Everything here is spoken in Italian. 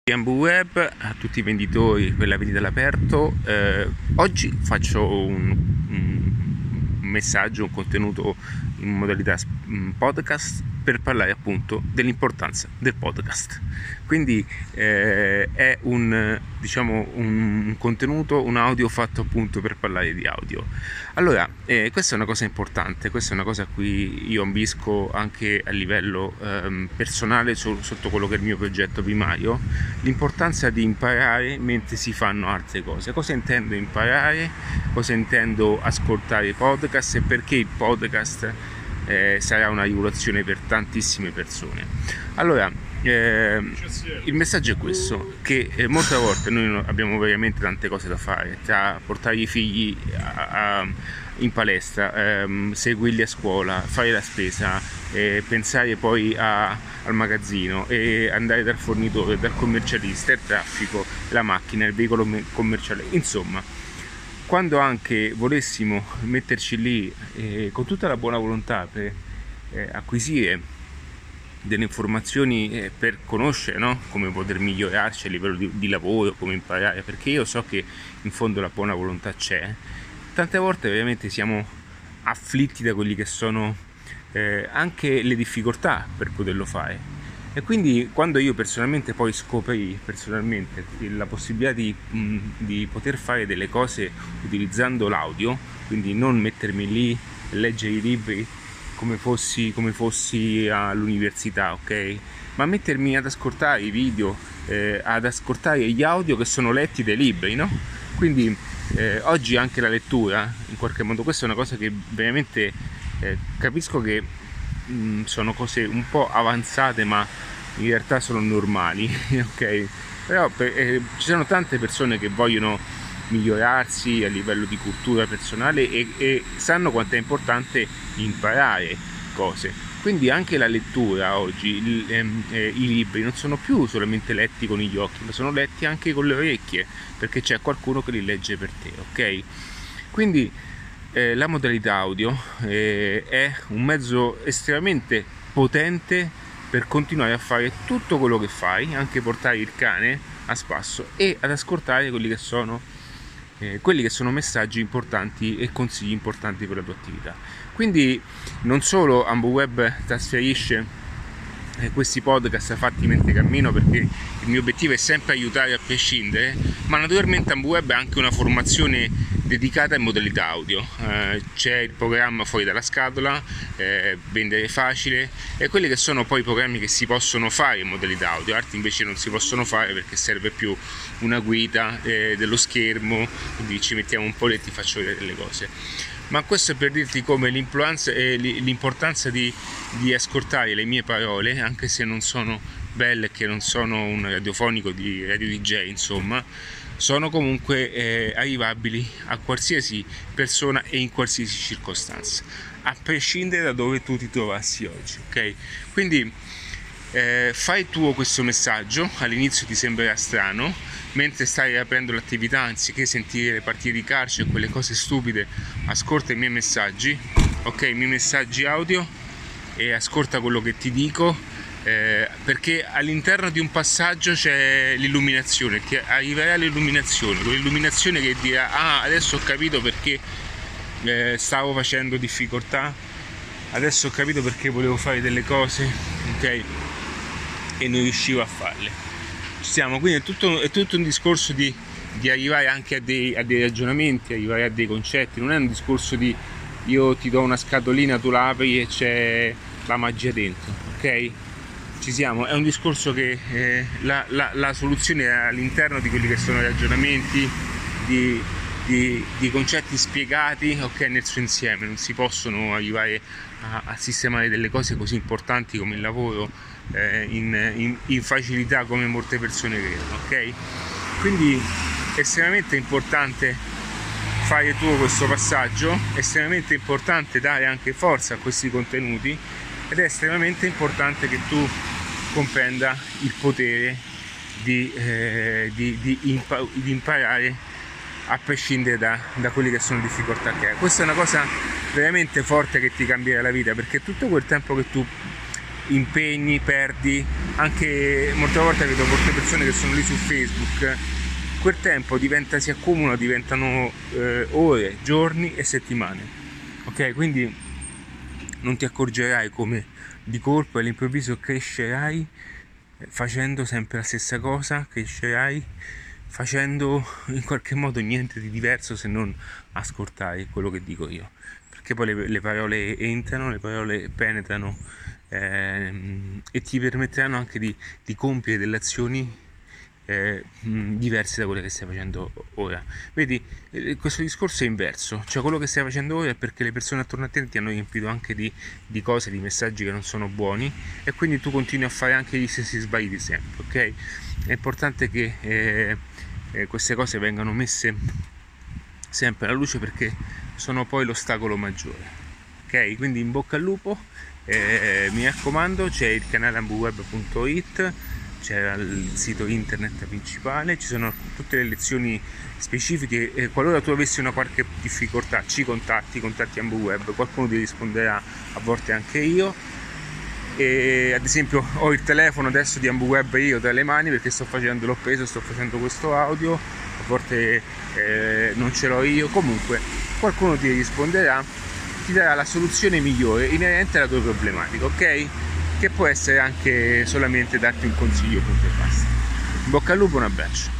Web a tutti i venditori per la vendita all'aperto. Oggi faccio un messaggio, un contenuto in modalità podcast per parlare appunto dell'importanza del podcast. Quindi è un contenuto, un audio fatto appunto per parlare di audio. Allora, questa è una cosa importante, questa è una cosa a cui io ambisco anche a livello personale sotto quello che è il mio progetto primario, l'importanza di imparare mentre si fanno altre cose. Cosa intendo imparare? Cosa intendo ascoltare podcast e perché il podcast sarà una rivoluzione per tantissime persone. Allora, il messaggio è questo, che molte volte noi abbiamo veramente tante cose da fare, tra portare i figli in palestra, seguirli a scuola, fare la spesa, pensare poi al magazzino e andare dal fornitore, dal commercialista, il traffico, la macchina, il veicolo commerciale, insomma. Quando anche volessimo metterci lì con tutta la buona volontà per acquisire delle informazioni per conoscere, no? Come poter migliorarci a livello di lavoro, come imparare, perché io so che in fondo la buona volontà c'è, tante volte veramente siamo afflitti da quelli che sono anche le difficoltà per poterlo fare. E quindi quando io personalmente poi scoprì la possibilità di poter fare delle cose utilizzando l'audio, quindi non mettermi lì e leggere i libri come fossi all'università, ok? Ma mettermi ad ascoltare i video, ad ascoltare gli audio che sono letti dai libri, no? Quindi oggi anche la lettura, in qualche modo, questa è una cosa che veramente capisco che sono cose un po' avanzate, ma in realtà sono normali, ok? Però ci sono tante persone che vogliono migliorarsi a livello di cultura personale e sanno quanto è importante imparare cose. Quindi anche la lettura oggi, i libri non sono più solamente letti con gli occhi, ma sono letti anche con le orecchie, perché c'è qualcuno che li legge per te, ok? Quindi la modalità audio è un mezzo estremamente potente per continuare a fare tutto quello che fai, anche portare il cane a spasso e ad ascoltare quelli che sono messaggi importanti e consigli importanti per la tua attività. Quindi non solo AmbuWeb trasferisce questi podcast fatti mentre cammino, perché il mio obiettivo è sempre aiutare a prescindere, ma naturalmente AmbuWeb è anche una formazione dedicata in modalità audio. C'è il programma Fuori dalla scatola, Vendere facile, e quelli che sono poi i programmi che si possono fare in modalità audio, altri invece non si possono fare perché serve più una guida dello schermo, quindi ci mettiamo un po' e ti faccio vedere delle cose. Ma questo è per dirti come l'importanza di ascoltare le mie parole, anche se non sono belle, che non sono un radiofonico di radio DJ, insomma, sono comunque arrivabili a qualsiasi persona e in qualsiasi circostanza, a prescindere da dove tu ti trovassi oggi, ok? Quindi fai tuo questo messaggio. All'inizio ti sembrerà strano, mentre stai aprendo l'attività, anziché sentire le partite di calcio e quelle cose stupide, ascolta i miei messaggi, ok? I miei messaggi audio, e ascolta quello che ti dico, perché all'interno di un passaggio c'è l'illuminazione, che arriverà l'illuminazione, quell'illuminazione che dirà: adesso ho capito perché stavo facendo difficoltà, adesso ho capito perché volevo fare delle cose, ok? E non riuscivo a farle. Quindi è tutto un discorso di arrivare anche a dei ragionamenti, arrivare a dei concetti. Non è un discorso di io ti do una scatolina, tu la apri e c'è la magia dentro, ok? Ci siamo. È un discorso che la soluzione è all'interno di quelli che sono i ragionamenti, di concetti spiegati, ok, nel suo insieme. Non si possono arrivare a sistemare delle cose così importanti come il lavoro in facilità, come molte persone credono, ok? Quindi è estremamente importante fare tuo questo passaggio, è estremamente importante dare anche forza a questi contenuti, ed è estremamente importante che tu comprenda il potere di imparare a prescindere da quelle che sono difficoltà che hai. Questa è una cosa veramente forte che ti cambierà la vita, perché tutto quel tempo che tu impegni, perdi, anche molte volte vedo molte persone che sono lì su Facebook, quel tempo si accumula, diventano ore, giorni e settimane, ok? Quindi non ti accorgerai come di colpo all'improvviso crescerai facendo sempre la stessa cosa, crescerai facendo in qualche modo niente di diverso se non ascoltare quello che dico io, perché poi le parole entrano, le parole penetrano e ti permetteranno anche di compiere delle azioni diverse da quelle che stai facendo ora. Vedi, questo discorso è inverso, cioè quello che stai facendo ora è perché le persone attorno a te ti hanno riempito anche di cose, di messaggi che non sono buoni, e quindi tu continui a fare anche gli stessi sbagli di sempre, ok? È importante che queste cose vengano messe sempre alla luce, perché sono poi l'ostacolo maggiore, ok? Quindi in bocca al lupo, mi raccomando, c'è il canale ambuweb.it, c'è il sito internet principale, ci sono tutte le lezioni specifiche, e qualora tu avessi una qualche difficoltà ci contatti Ambuweb, qualcuno ti risponderà, a volte anche io. E ad esempio ho il telefono adesso di Ambuweb io tra le mani, perché l'ho preso, sto facendo questo audio, a volte non ce l'ho io, comunque qualcuno ti risponderà, ti darà la soluzione migliore inerente alla tua problematica, ok? Che può essere anche solamente darti un consiglio, punto e basta. In bocca al lupo, un abbraccio.